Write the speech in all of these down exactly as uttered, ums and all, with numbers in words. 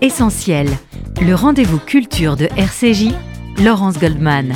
Essentiel, le rendez-vous culture de R C J, Laurence Goldman.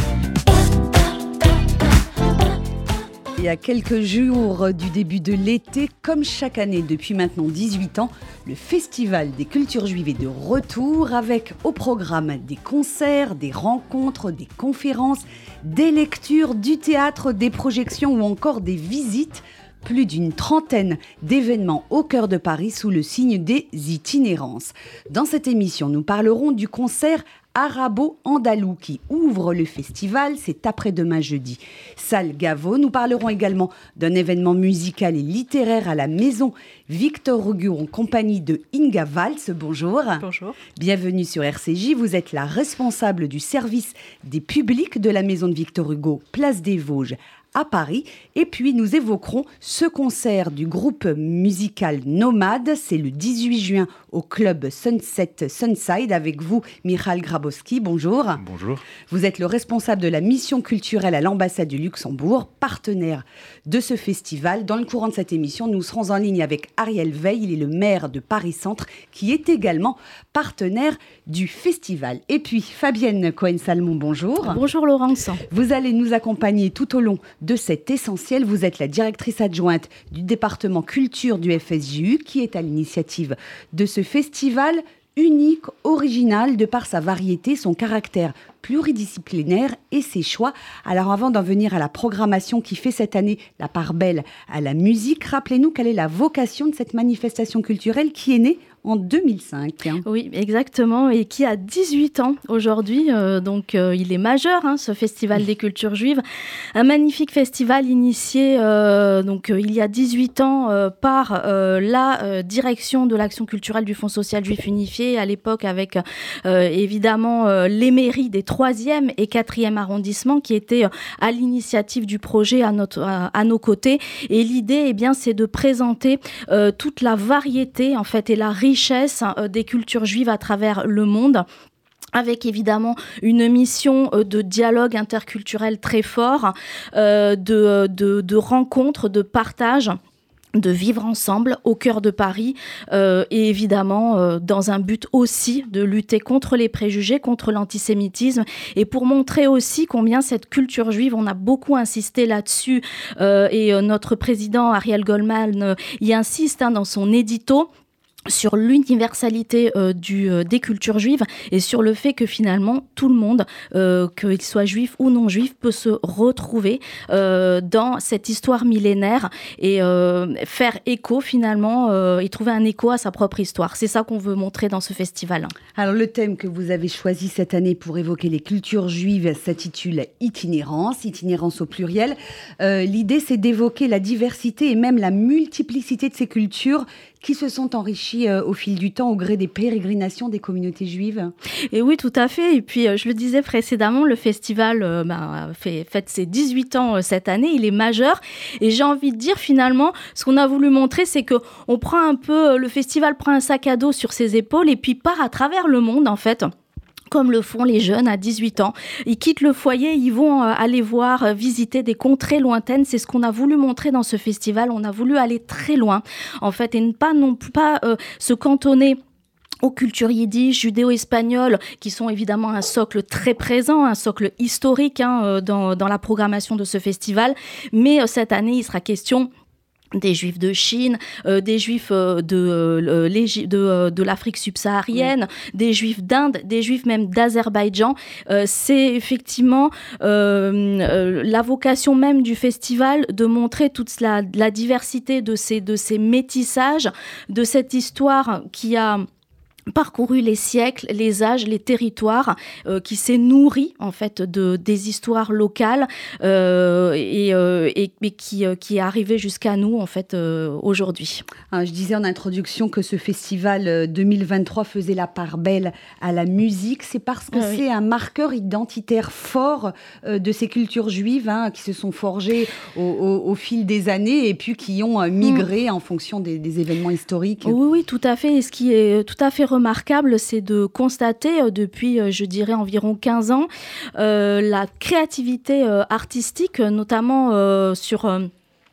Il y a quelques jours du début de l'été, comme chaque année depuis maintenant dix-huit ans, le Festival des cultures juives est de retour avec au programme des concerts, des rencontres, des conférences, des lectures, du théâtre, des projections ou encore des visites. Plus d'une trentaine d'événements au cœur de Paris sous le signe des itinérances. Dans cette émission, nous parlerons du concert Arabo-Andalou qui ouvre le festival, c'est après-demain jeudi. Salle Gaveau, nous parlerons également d'un événement musical et littéraire à la Maison Victor Hugo en compagnie de Inga Valls. Bonjour. Bonjour. Bienvenue sur R C J, vous êtes la responsable du service des publics de la Maison de Victor Hugo, place des Vosges, à Paris. Et puis nous évoquerons ce concert du groupe musical Nomade. C'est le dix-huit juin au club Sunset Sunside avec vous, Michal Grabowski. Bonjour. Bonjour. Vous êtes le responsable de la mission culturelle à l'ambassade du Luxembourg, partenaire de ce festival. Dans le courant de cette émission, nous serons en ligne avec Ariel Veil, il est le maire de Paris-Centre, qui est également partenaire du festival. Et puis Fabienne Cohen-Salmon, bonjour. Bonjour Laurence. Vous allez nous accompagner tout au long de cet essentiel. Vous êtes la directrice adjointe du département culture du F S J U qui est à l'initiative de ce festival unique, original de par sa variété, son caractère pluridisciplinaire et ses choix. Alors avant d'en venir à la programmation qui fait cette année la part belle à la musique, rappelez-nous quelle est la vocation de cette manifestation culturelle qui est née en deux mille cinq. Oui, exactement, et qui a dix-huit ans aujourd'hui, euh, donc euh, il est majeur, hein, ce Festival des cultures juives, un magnifique festival initié euh, donc, euh, il y a dix-huit ans euh, par euh, la euh, direction de l'action culturelle du Fonds social juif unifié, à l'époque avec euh, évidemment euh, les mairies des troisième et quatrième arrondissements qui étaient euh, à l'initiative du projet à, notre, à, à nos côtés, et l'idée eh bien, c'est de présenter euh, toute la variété en fait, et la richesse des cultures juives à travers le monde, avec évidemment une mission de dialogue interculturel très fort, euh, de, de, de rencontres, de partage, de vivre ensemble au cœur de Paris euh, et évidemment euh, dans un but aussi de lutter contre les préjugés, contre l'antisémitisme, et pour montrer aussi combien cette culture juive, on a beaucoup insisté là-dessus euh, et euh, notre président Ariel Goldman euh, y insiste hein, dans son édito sur l'universalité euh, du, euh, des cultures juives et sur le fait que finalement tout le monde, euh, qu'il soit juif ou non juif, peut se retrouver euh, dans cette histoire millénaire et euh, faire écho finalement euh, et trouver un écho à sa propre histoire. C'est ça qu'on veut montrer dans ce festival. Alors le thème que vous avez choisi cette année pour évoquer les cultures juives s'intitule Itinérance, itinérance au pluriel. Euh, l'idée c'est d'évoquer la diversité et même la multiplicité de ces cultures qui se sont enrichis euh, au fil du temps au gré des pérégrinations des communautés juives. Et oui, tout à fait. Et puis, euh, je le disais précédemment, le festival euh, bah, fait, fête ses dix-huit ans euh, cette année. Il est majeur. Et j'ai envie de dire, finalement, ce qu'on a voulu montrer, c'est qu'on prend un peu, euh, le festival prend un sac à dos sur ses épaules et puis part à travers le monde, en fait, comme le font les jeunes à dix-huit ans. Ils quittent le foyer, ils vont euh, aller voir, euh, visiter des contrées lointaines. C'est ce qu'on a voulu montrer dans ce festival. On a voulu aller très loin, en fait, et ne pas non plus pas euh, se cantonner aux cultures yiddish, judéo-espagnoles, qui sont évidemment un socle très présent, un socle historique hein, dans, dans la programmation de ce festival. Mais euh, cette année, il sera question des Juifs de Chine, euh, des Juifs euh, de, euh, de, euh, de l'Afrique subsaharienne, oui. Des Juifs d'Inde, des Juifs même d'Azerbaïdjan. Euh, c'est effectivement euh, euh, la vocation même du festival de montrer toute la, la diversité de ces, de ces métissages, de cette histoire qui a parcouru les siècles, les âges, les territoires, euh, qui s'est nourri en fait de des histoires locales euh, et, euh, et, et qui euh, qui est arrivé jusqu'à nous en fait euh, aujourd'hui. Alors, je disais en introduction que ce festival deux mille vingt-trois faisait la part belle à la musique. C'est parce que ah, c'est oui. un marqueur identitaire fort euh, de ces cultures juives hein, qui se sont forgées au, au, au fil des années et puis qui ont euh, migré mmh. en fonction des, des événements historiques. Oui, oui, tout à fait. Et ce qui est tout à fait remarquable, c'est de constater euh, depuis, euh, je dirais, environ quinze ans, euh, la créativité euh, artistique, notamment euh, sur... Euh,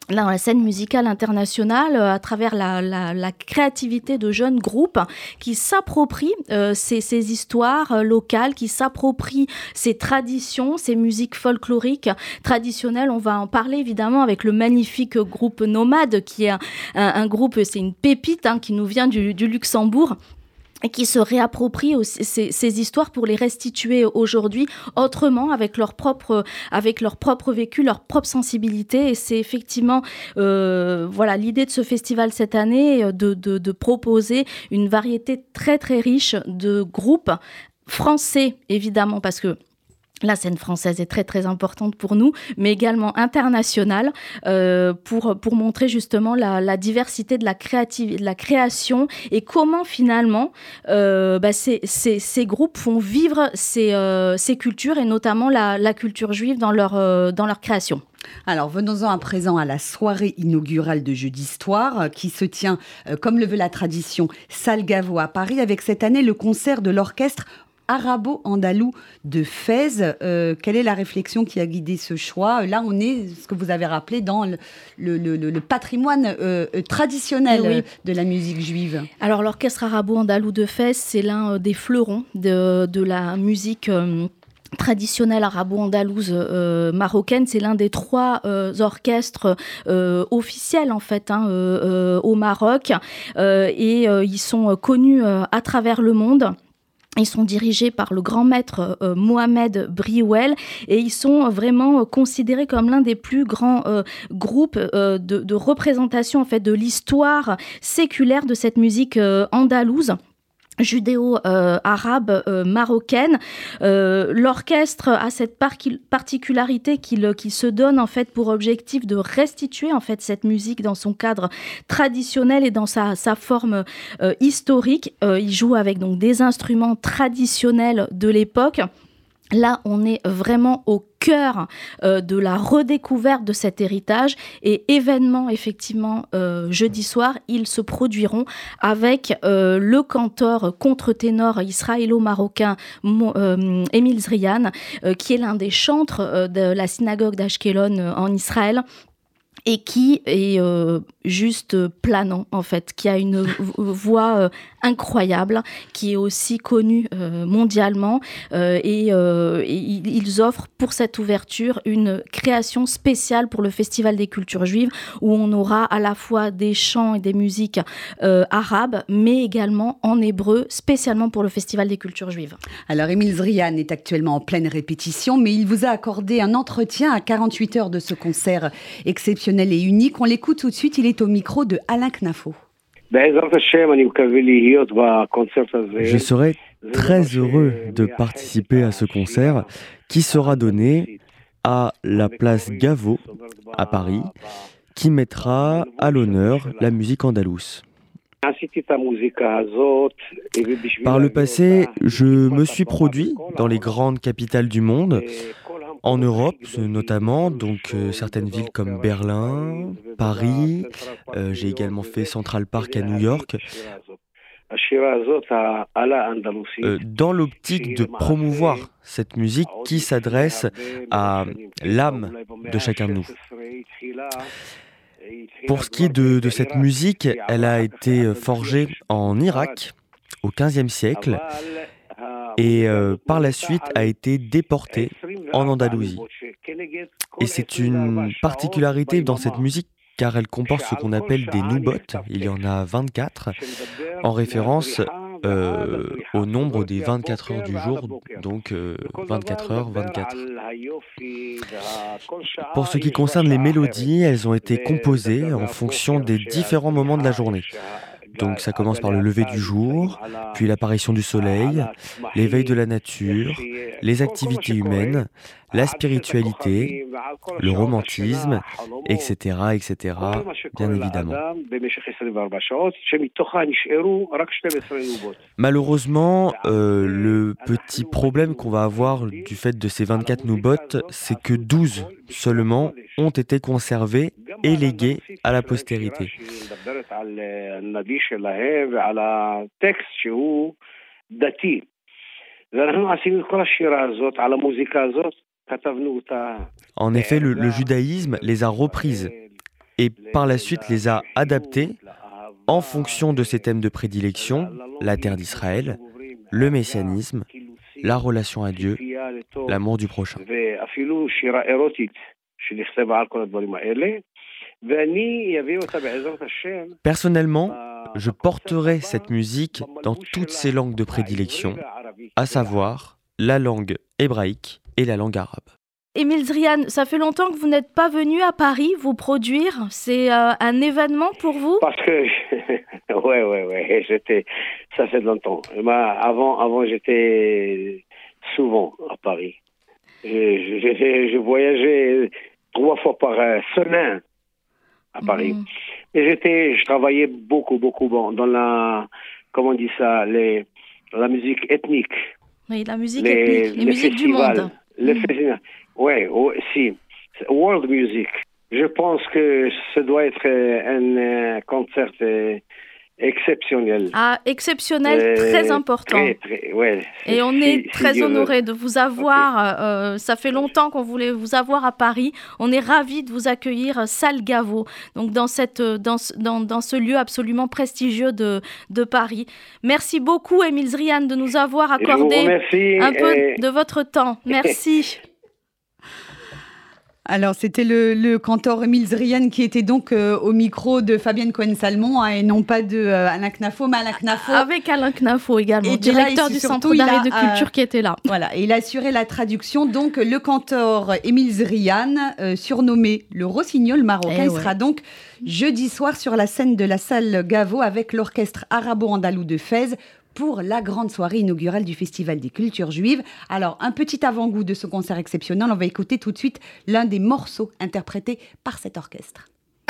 là, dans la scène musicale internationale, euh, à travers la, la, la créativité de jeunes groupes qui s'approprient euh, ces, ces histoires euh, locales, qui s'approprient ces traditions, ces musiques folkloriques traditionnelles. On va en parler évidemment avec le magnifique groupe Nomade, qui est un, un, un groupe, c'est une pépite hein, qui nous vient du, du Luxembourg, et qui se réapproprient aussi ces, ces histoires pour les restituer aujourd'hui autrement, avec leur propre, avec leur propre vécu, leur propre sensibilité. Et c'est effectivement euh, voilà, l'idée de ce festival cette année, de, de, de proposer une variété très très riche de groupes français, évidemment, parce que la scène française est très très importante pour nous, mais également internationale, euh, pour, pour montrer justement la, la diversité de la, créativ- de la création et comment finalement euh, bah, ces, ces, ces groupes font vivre ces, euh, ces cultures et notamment la, la culture juive dans leur, euh, dans leur création. Alors, venons-en à présent à la soirée inaugurale de Jeux d'Histoire qui se tient, euh, comme le veut la tradition, Salle Gaveau à Paris, avec cette année le concert de l'orchestre arabo-andalou de Fès. Euh, quelle est la réflexion qui a guidé ce choix ? Là, on est, ce que vous avez rappelé, dans le, le, le, le patrimoine euh, traditionnel oui. de la musique juive. Alors, l'orchestre arabo-andalou de Fès, c'est l'un des fleurons de, de la musique euh, traditionnelle arabo-andalouse euh, marocaine. C'est l'un des trois euh, orchestres euh, officiels en fait hein, euh, euh, au Maroc euh, et euh, ils sont connus euh, à travers le monde. Ils sont dirigés par le grand maître euh, Mohamed Briouel et ils sont vraiment euh, considérés comme l'un des plus grands euh, groupes euh, de, de représentation en fait de l'histoire séculaire de cette musique euh, andalouse. judéo-arabe euh, marocaine. Euh, l'orchestre a cette par- particularité qu'il, qu'il se donne en fait pour objectif de restituer en fait cette musique dans son cadre traditionnel et dans sa, sa forme euh, historique. Euh, il joue avec donc des instruments traditionnels de l'époque. Là, on est vraiment au cœur euh, de la redécouverte de cet héritage et événements, effectivement, euh, jeudi soir, ils se produiront avec euh, le cantor contre-ténor israélo-marocain Mo, euh, Émile Zrian, euh, qui est l'un des chantres euh, de la synagogue d'Ashkelon euh, en Israël, et qui est euh, juste planant, en fait, qui a une v- voix euh, incroyable, qui est aussi connue euh, mondialement. Euh, et, euh, et ils offrent pour cette ouverture une création spéciale pour le Festival des cultures juives, où on aura à la fois des chants et des musiques euh, arabes, mais également en hébreu, spécialement pour le Festival des cultures juives. Alors, Émile Zrian est actuellement en pleine répétition, mais il vous a accordé un entretien à quarante-huit heures de ce concert exceptionnel et unique. On l'écoute tout de suite, il est au micro de Alain Knafo. Je serai très heureux de participer à ce concert qui sera donné à la place Gaveau à Paris, qui mettra à l'honneur la musique andalouse. Par le passé, je me suis produit dans les grandes capitales du monde, en Europe notamment, donc euh, certaines villes comme Berlin, Paris, euh, j'ai également fait Central Park à New York, euh, dans l'optique de promouvoir cette musique qui s'adresse à l'âme de chacun de nous. Pour ce qui est de, de cette musique, elle a été forgée en Irak au quinzième siècle et euh, par la suite a été déportée en Andalousie. Et c'est une particularité dans cette musique car elle comporte ce qu'on appelle des noubot, il y en a vingt-quatre, en référence euh, au nombre des vingt-quatre heures du jour, donc euh, vingt-quatre heures, vingt-quatre. Pour ce qui concerne les mélodies, elles ont été composées en fonction des différents moments de la journée. Donc ça commence par le lever du jour, puis l'apparition du soleil, l'éveil de la nature, les activités humaines, la spiritualité, le romantisme, et cetera, et cetera, bien évidemment. Malheureusement, euh, le petit problème qu'on va avoir du fait de ces vingt-quatre noubot, c'est que douze seulement ont été conservés et légués à la postérité. En effet, le, le judaïsme les a reprises et par la suite les a adaptés en fonction de ses thèmes de prédilection, la terre d'Israël, le messianisme, la relation à Dieu, l'amour du prochain. Personnellement, je porterai cette musique dans toutes ses langues de prédilection, à savoir la langue hébraïque et la langue arabe. Émile Zrian, ça fait longtemps que vous n'êtes pas venu à Paris vous produire. C'est euh, un événement pour vous ? Parce que, ouais, ouais, ouais, j'étais, ça fait longtemps. Moi, avant, avant, j'étais souvent à Paris. Je, je, je voyageais trois fois par semaine à Paris. Mmh. Et j'étais, je travaillais beaucoup, beaucoup bon, dans la, comment on dit ça, les, la musique ethnique. Oui, la musique les, ethnique, les, les musiques du monde. Les mmh. festivals. Oui, oh, si. World music. Je pense que ce doit être un euh, concert euh, exceptionnel. Ah, exceptionnel, euh, très important. Très, très, ouais, et on si, est si très Dieu honorés veut. de vous avoir. Okay. Euh, ça fait longtemps qu'on voulait vous avoir à Paris. On est ravis de vous accueillir, Salle Gaveau, donc dans, cette, dans, dans, dans ce lieu absolument prestigieux de, de Paris. Merci beaucoup, Émile Zrian, de nous avoir accordé un peu et... de votre temps. Merci. Alors, c'était le, le cantor Émile Zrian qui était donc euh, au micro de Fabienne Cohen-Salmon hein, et non pas de euh, Alain Knafo, mais Alain Knafo. Avec Alain Knafo également, et directeur là, du Centre d'art et de culture euh, qui était là. Voilà, et il a assuré la traduction. Donc, le cantor Émile Zrian, euh, surnommé le Rossignol marocain, eh ouais. sera donc jeudi soir sur la scène de la salle Gaveau avec l'orchestre arabo-andalou de Fès pour la grande soirée inaugurale du Festival des cultures juives. Alors, un petit avant-goût de ce concert exceptionnel. On va écouter tout de suite l'un des morceaux interprétés par cet orchestre.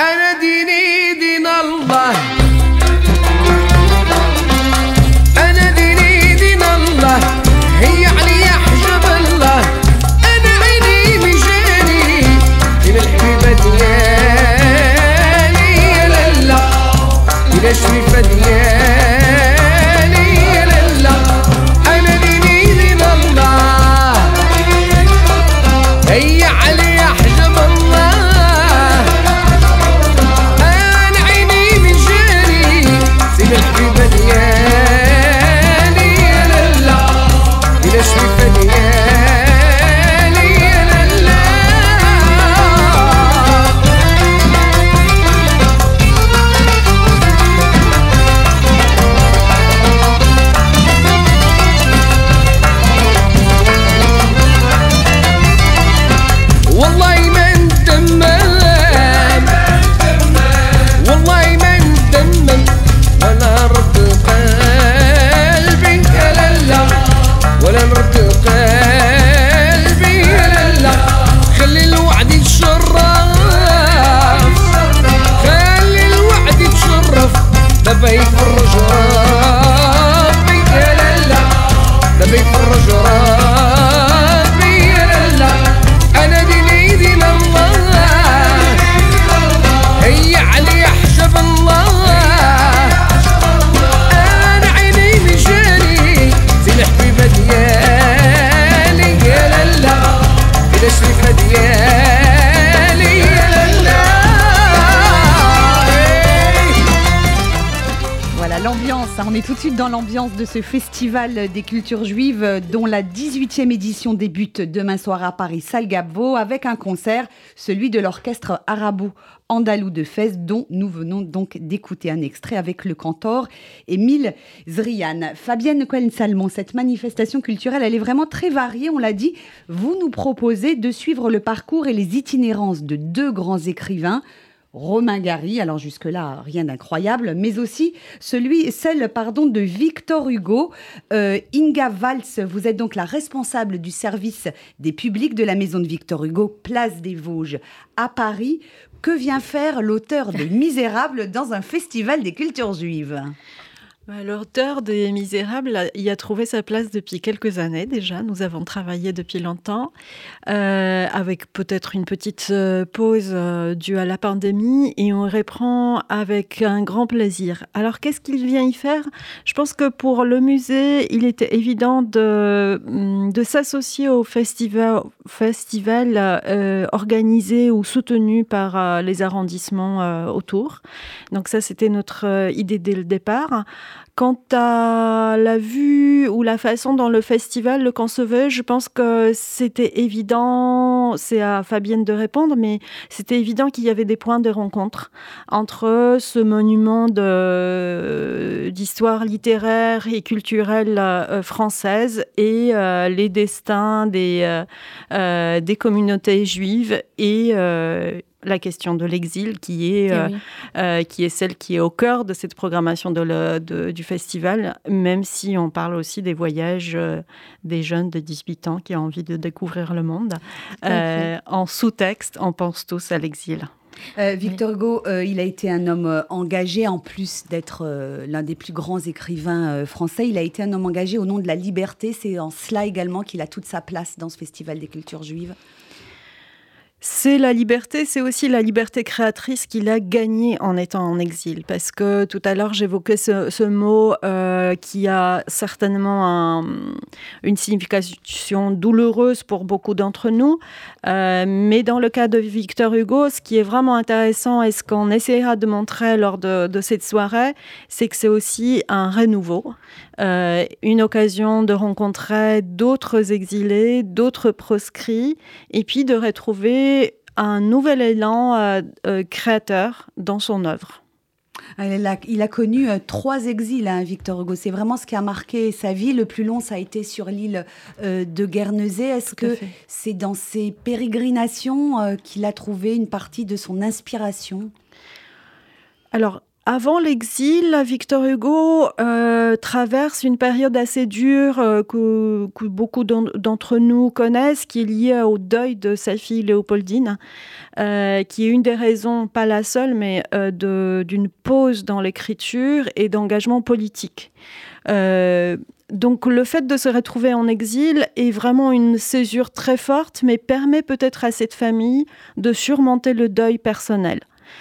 هيا علي حجب الله انا عيني من جاري سيب الحبيبه ديالي يا لالا الى شويفه ديالي يا لالا والله ما ندمم والله ما ندمم ولا نرد قلبي يا لالا ولا نرد قلبي يا لالا خلي الوعد يتشرف خلي الوعد يتشرف دابا يفرج ربي يا لالا دابا يفرج ربي يا لالا أنا ديني دين الله هيا علي حجب الله أنا عيني من جاري زي الحبيبة ديالي يا لالا إلى شريفة ديالي يا لالا. Voilà l'ambiance, hein. On est tout de suite dans l'ambiance de ce festival des cultures juives dont la dix-huitième édition débute demain soir à Paris, salle Gaveau, avec un concert, celui de l'orchestre arabo-andalou de Fès, dont nous venons donc d'écouter un extrait avec le cantor Émile Zrian. Fabienne Cohen-Salmon, cette manifestation culturelle, elle est vraiment très variée, on l'a dit. Vous nous proposez de suivre le parcours et les itinérances de deux grands écrivains, Romain Gary, alors jusque-là, rien d'incroyable, mais aussi celui, celle pardon, de Victor Hugo. Euh, Inga Valls, vous êtes donc la responsable du service des publics de la maison de Victor Hugo, place des Vosges, à Paris. Que vient faire l'auteur de Misérables dans un festival des cultures juives ? Bah, L'auteur des Misérables a- y a trouvé sa place depuis quelques années déjà. Nous avons travaillé depuis longtemps, euh, avec peut-être une petite euh, pause euh, due à la pandémie, et on reprend avec un grand plaisir. Alors, qu'est-ce qu'il vient y faire? Je pense que pour le musée, il était évident de, hum, de s'associer au festival, festival euh, organisé ou soutenu par euh, les arrondissements euh, autour. Donc ça, c'était notre euh, idée dès le départ. Quant à la vue ou la façon dont le festival le concevait, je pense que c'était évident, c'est à Fabienne de répondre, mais c'était évident qu'il y avait des points de rencontre entre ce monument de, d'histoire littéraire et culturelle euh, française et euh, les destins des, euh, euh, des communautés juives et euh, la question de l'exil qui est, Eh euh, oui. euh, qui est celle qui est au cœur de cette programmation de le- de- du festival, même si on parle aussi des voyages euh, des jeunes de dix-huit ans qui ont envie de découvrir le monde. à Euh, en sous-texte, on pense tous à l'exil. Euh, Victor Hugo, euh, il a été un homme euh, engagé, en plus d'être euh, l'un des plus grands écrivains euh, français. Il a été un homme engagé au nom de la liberté. C'est en cela également qu'il a toute sa place dans ce Festival des cultures juives. C'est la liberté, c'est aussi la liberté créatrice qu'il a gagnée en étant en exil. Parce que tout à l'heure, j'évoquais ce, ce mot euh, qui a certainement un- une signification douloureuse pour beaucoup d'entre nous. Euh, mais dans le cas de Victor Hugo, ce qui est vraiment intéressant et ce qu'on essaiera de montrer lors de, de cette soirée, c'est que c'est aussi un renouveau. Euh, une occasion de rencontrer d'autres exilés, d'autres proscrits, et puis de retrouver un nouvel élan euh, euh, créateur dans son œuvre. Il a, il a connu euh, trois exils, hein, Victor Hugo. C'est vraiment ce qui a marqué sa vie. Le plus long, ça a été sur l'île euh, de Guernesey. Est-ce Tout à que fait. c'est dans ces pérégrinations euh, qu'il a trouvé une partie de son inspiration? Alors, avant l'exil, Victor Hugo euh, traverse une période assez dure euh, que, que beaucoup d'en- d'entre nous connaissent, qui est liée au deuil de sa fille Léopoldine, euh, qui est une des raisons, pas la seule, mais euh, de- d'une pause dans l'écriture et d'engagement politique. Euh, donc le fait de se retrouver en exil est vraiment une césure très forte, mais permet peut-être à cette famille de surmonter le deuil personnel.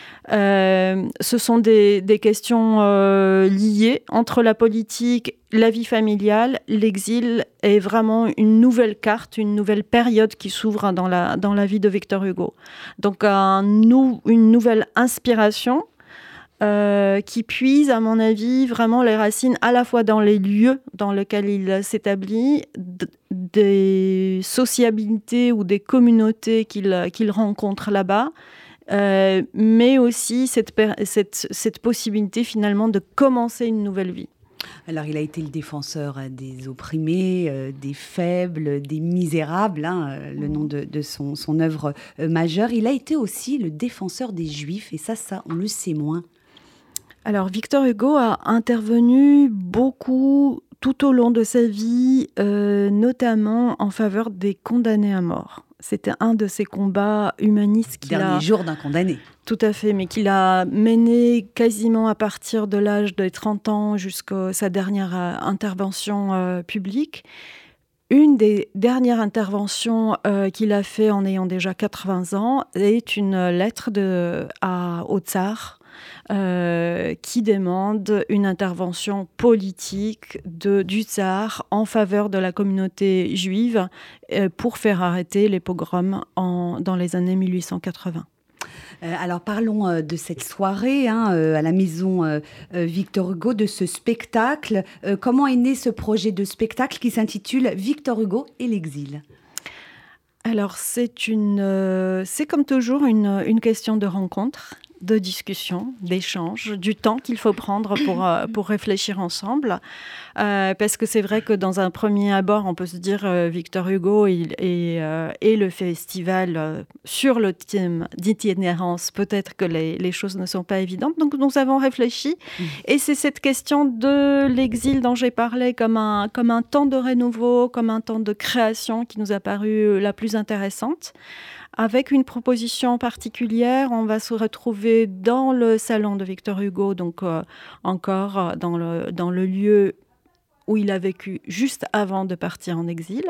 Euh, ce sont des, des questions euh, liées entre la politique, la vie familiale. L'exil est vraiment une nouvelle carte, une nouvelle période qui s'ouvre dans la, dans la vie de Victor Hugo. Donc un nou, une nouvelle inspiration euh, qui puise, à mon avis, vraiment les racines à la fois dans les lieux dans lesquels il s'établit, d- des sociabilités ou des communautés qu'il, qu'il rencontre là-bas, Euh, mais aussi cette, per- cette, cette possibilité finalement de commencer une nouvelle vie. Alors, il a été le défenseur euh, des opprimés, euh, des faibles, des misérables, hein, euh, le nom de, de son, son œuvre euh, majeure. Il a été aussi le défenseur des Juifs, et ça, ça, on le sait moins. Alors Victor Hugo a intervenu beaucoup tout au long de sa vie, euh, notamment en faveur des condamnés à mort. C'était un de ses combats humanistes qu'il Dernier a... jour d'un condamné. Tout à fait, mais qu'il a mené quasiment à partir de l'âge de trente ans jusqu'à sa dernière euh, intervention euh, publique. Une des dernières interventions euh, qu'il a fait en ayant déjà quatre-vingts ans est une lettre de, à, au tsar euh, qui demande une intervention politique de, du tsar en faveur de la communauté juive euh, pour faire arrêter les pogroms en, dans les années mille huit cent quatre-vingts. Euh, alors parlons euh, de cette soirée hein, euh, à la maison euh, euh, Victor Hugo, de ce spectacle. Euh, comment est né ce projet de spectacle qui s'intitule Victor Hugo et l'exil? Alors c'est, une, euh, c'est comme toujours une, une question de rencontre, de discussion, d'échange, du temps qu'il faut prendre pour, euh, pour réfléchir ensemble. Euh, parce que c'est vrai que dans un premier abord, on peut se dire euh, Victor Hugo et, et, euh, et le festival euh, sur le thème d'itinérance, peut-être que les, les choses ne sont pas évidentes. Donc nous avons réfléchi mmh. et c'est cette question de l'exil dont j'ai parlé comme un, comme un temps de renouveau, comme un temps de création qui nous a paru la plus intéressante. avec une proposition particulière. On va se retrouver dans le salon de Victor Hugo, donc euh, encore dans le, dans le lieu où il a vécu juste avant de partir en exil,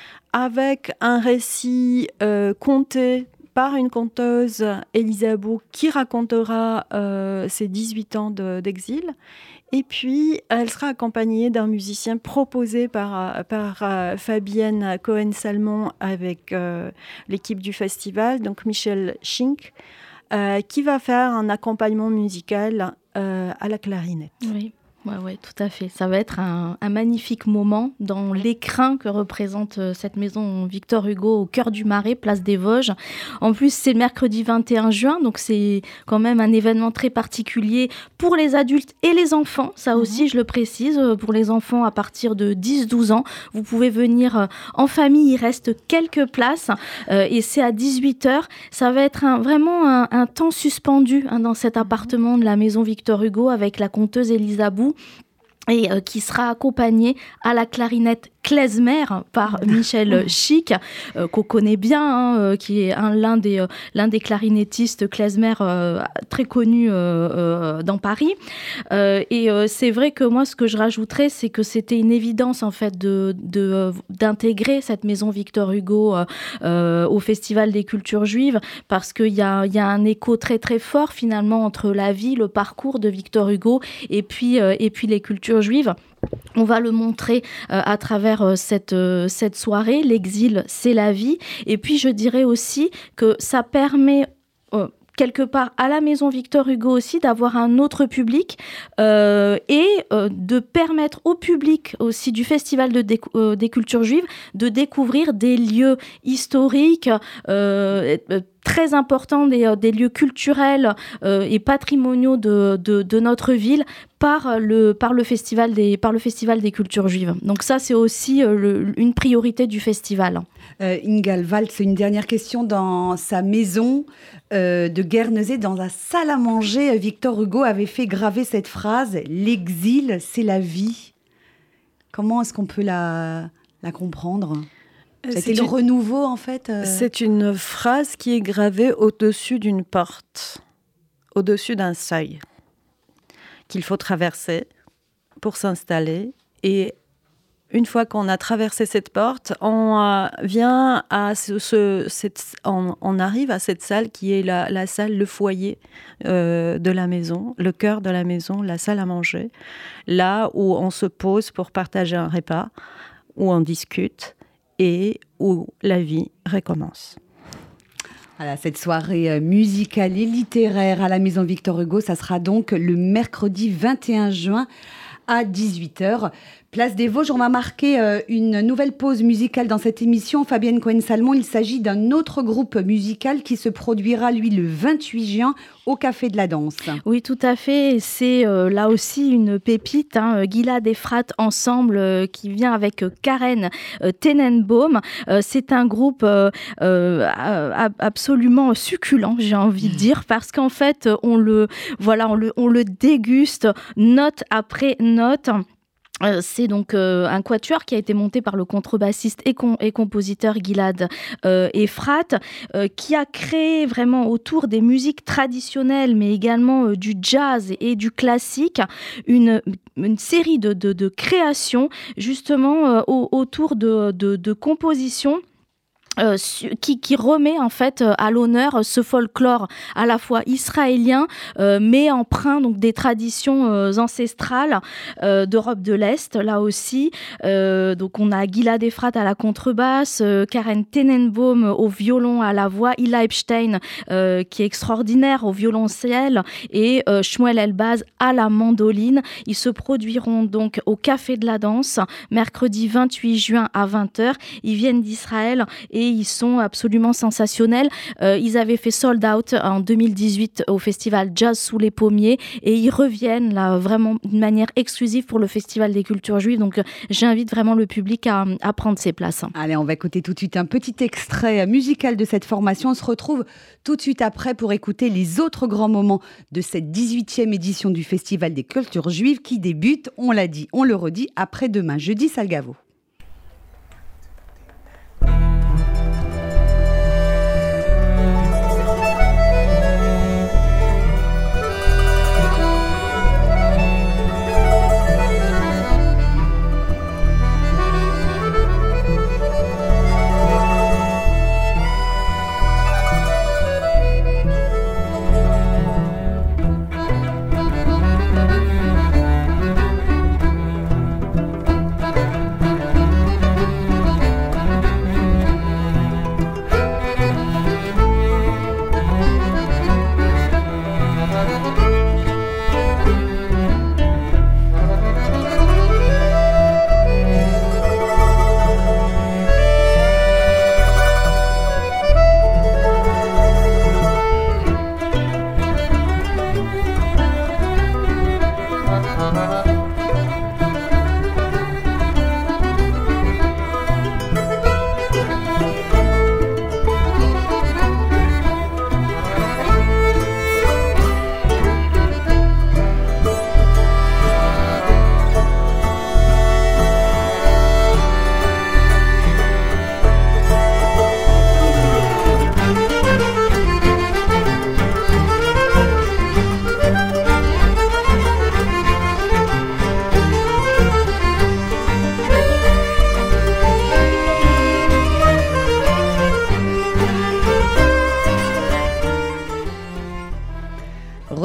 avec un récit euh, conté par une conteuse, Elisa Bou, qui racontera euh, ses dix-huit ans de, d'exil. Et puis, elle sera accompagnée d'un musicien proposé par, par euh, Fabienne Cohen-Salmon avec euh, l'équipe du festival, donc Michel Schink, euh, qui va faire un accompagnement musical euh, à la clarinette. Oui. Oui, ouais, tout à fait. Ça va être un, un magnifique moment dans l'écrin que représente euh, cette maison Victor Hugo au cœur du Marais, place des Vosges. En plus, c'est le mercredi vingt et un juin, donc c'est quand même un événement très particulier pour les adultes et les enfants. Ça aussi, mmh. je le précise, pour les enfants à partir de dix douze ans. Vous pouvez venir euh, en famille, il reste quelques places euh, et c'est à dix-huit heures. Ça va être un, vraiment un, un temps suspendu hein, dans cet appartement de la maison Victor Hugo avec la conteuse Elisa Bou, et euh, qui sera accompagné à la clarinette klezmer par Michel Schink, euh, qu'on connaît bien, hein, euh, qui est un, l'un, des, euh, l'un des clarinettistes klezmer euh, très connus euh, euh, dans Paris. Euh, et euh, c'est vrai que moi, ce que je rajouterais, c'est que c'était une évidence en fait de, de, euh, d'intégrer cette maison Victor Hugo euh, euh, au Festival des cultures juives, parce qu'il y a, y a un écho très très fort finalement entre la vie, le parcours de Victor Hugo et puis, euh, et puis les cultures juives. On va le montrer euh, à travers euh, cette, euh, cette soirée. L'exil, c'est la vie. Et puis, je dirais aussi que ça permet... Euh, quelque part à la maison Victor Hugo aussi d'avoir un autre public euh, et euh, de permettre au public aussi du Festival de décou- euh, des cultures juives de découvrir des lieux historiques euh, très importants, des, des lieux culturels euh, et patrimoniaux de, de, de notre ville par le, par, le festival des, par le Festival des cultures juives. Donc ça, c'est aussi euh, le, une priorité du festival. Euh, Ingal Waltz, une dernière question. Dans sa maison euh, de Guernesey, dans la salle à manger, Victor Hugo avait fait graver cette phrase « L'exil, c'est la vie ». Comment est-ce qu'on peut la, la comprendre ? C'était le une... renouveau, en fait euh... C'est une phrase qui est gravée au-dessus d'une porte, au-dessus d'un seuil, qu'il faut traverser pour s'installer. Et une fois qu'on a traversé cette porte, on euh, vient à ce, ce cette, on, on arrive à cette salle qui est la, la salle, le foyer euh, de la maison, le cœur de la maison, la salle à manger, là où on se pose pour partager un repas, où on discute et où la vie recommence. Voilà, cette soirée musicale et littéraire à la maison Victor Hugo, ça sera donc le mercredi vingt et un juin à dix-huit heures. Place des Vosges, on va marquer euh, une nouvelle pause musicale dans cette émission. Fabienne Cohen-Salmon, il s'agit d'un autre groupe musical qui se produira, lui, le vingt-huit juin au Café de la Danse. Oui, tout à fait. C'est euh, là aussi une pépite, hein, Gilad Efrat Ensemble, euh, qui vient avec euh, Karen euh, Tenenbaum. Euh, c'est un groupe euh, euh, absolument succulent, j'ai envie de dire, parce qu'en fait, on le, voilà, on le, on le déguste note après note. C'est donc euh, un quatuor qui a été monté par le contrebassiste et, com- et compositeur Gilad euh, Efrat, euh, qui a créé vraiment autour des musiques traditionnelles, mais également euh, du jazz et du classique, une, une série de, de, de créations justement euh, au, autour de, de, de compositions Euh, qui, qui remet en fait euh, à l'honneur ce folklore à la fois israélien euh, mais empreint donc des traditions euh, ancestrales euh, d'Europe de l'Est là aussi. Euh, donc on a Gilad Efrat à la contrebasse, euh, Karen Tenenbaum au violon à la voix, Hila Epstein euh, qui est extraordinaire au violoncelle et euh, Shmuel Elbaz à la mandoline. Ils se produiront donc au Café de la Danse mercredi vingt-huit juin à vingt heures. Ils viennent d'Israël et ils sont absolument sensationnels. Euh, ils avaient fait Sold Out en deux mille dix-huit au festival Jazz sous les pommiers et ils reviennent là vraiment d'une manière exclusive pour le Festival des cultures juives. Donc euh, j'invite vraiment le public à, à prendre ses places. Allez, on va écouter tout de suite un petit extrait musical de cette formation. On se retrouve tout de suite après pour écouter les autres grands moments de cette dix-huitième édition du Festival des cultures juives qui débute, on l'a dit, on le redit, après-demain, jeudi Salgavo.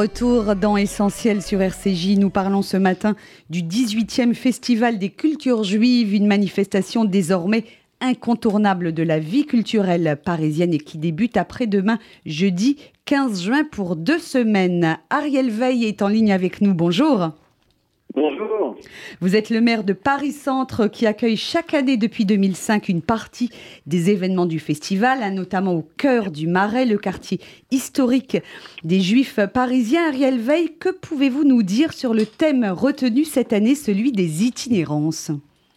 Retour dans Essentiel sur R C J. Nous parlons ce matin du dix-huitième Festival des cultures juives, une manifestation désormais incontournable de la vie culturelle parisienne et qui débute après-demain, jeudi quinze juin, pour deux semaines. Ariel Veil est en ligne avec nous. Bonjour. Bonjour. Vous êtes le maire de Paris-Centre qui accueille chaque année depuis deux mille cinq une partie des événements du festival, hein, notamment au cœur du Marais, le quartier historique des Juifs parisiens. Ariel Veil, que pouvez-vous nous dire sur le thème retenu cette année, celui des itinérances ?